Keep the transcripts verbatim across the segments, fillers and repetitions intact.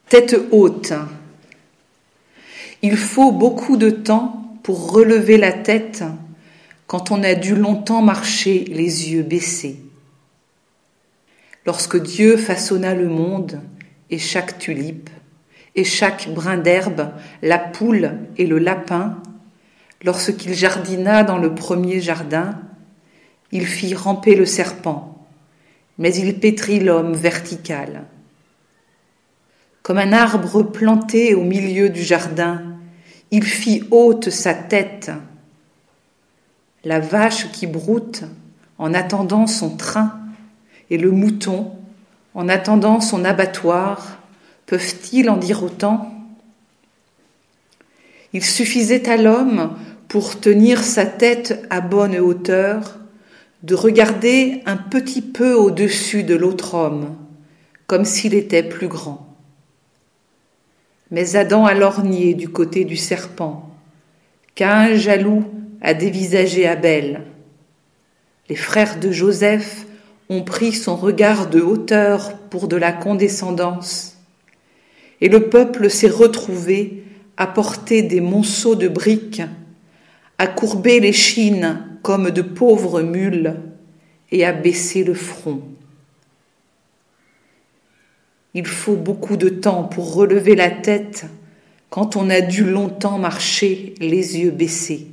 Tête haute. Il faut beaucoup de temps pour relever la tête quand on a dû longtemps marcher les yeux baissés. Lorsque Dieu façonna le monde et chaque tulipe, et chaque brin d'herbe, la poule et le lapin, lorsqu'il jardina dans le premier jardin, il fit ramper le serpent, mais il pétrit l'homme vertical. Comme un arbre planté au milieu du jardin, il fit haute sa tête. La vache qui broute en attendant son train et le mouton en attendant son abattoir, peuvent-ils en dire autant ? Il suffisait à l'homme, pour tenir sa tête à bonne hauteur, de regarder un petit peu au-dessus de l'autre homme, comme s'il était plus grand. Mais Adam a lorgné du côté du serpent. Caïn jaloux a dévisagé Abel. Les frères de Joseph ont pris son regard de hauteur pour de la condescendance, et le peuple s'est retrouvé à porter des monceaux de briques, à courber les chines comme de pauvres mules et à baisser le front. Il faut beaucoup de temps pour relever la tête quand on a dû longtemps marcher les yeux baissés.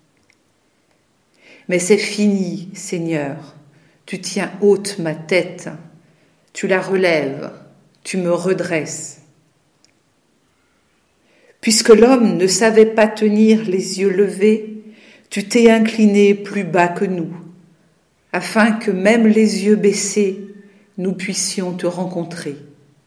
Mais c'est fini, Seigneur, tu tiens haute ma tête, tu la relèves, tu me redresses. Puisque l'homme ne savait pas tenir les yeux levés, tu t'es incliné plus bas que nous, afin que même les yeux baissés, nous puissions te rencontrer.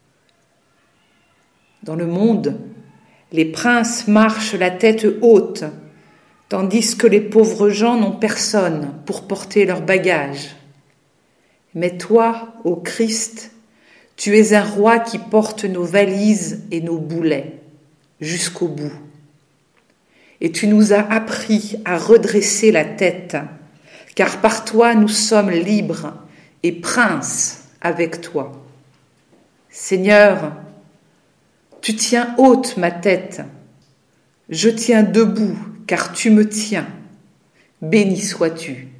Dans le monde, les princes marchent la tête haute, tandis que les pauvres gens n'ont personne pour porter leurs bagages. Mais toi, ô Christ, tu es un roi qui porte nos valises et nos boulets jusqu'au bout. Et tu nous as appris à redresser la tête, car par toi nous sommes libres et princes avec toi. Seigneur, tu tiens haute ma tête, je tiens debout, car tu me tiens. Béni sois-tu.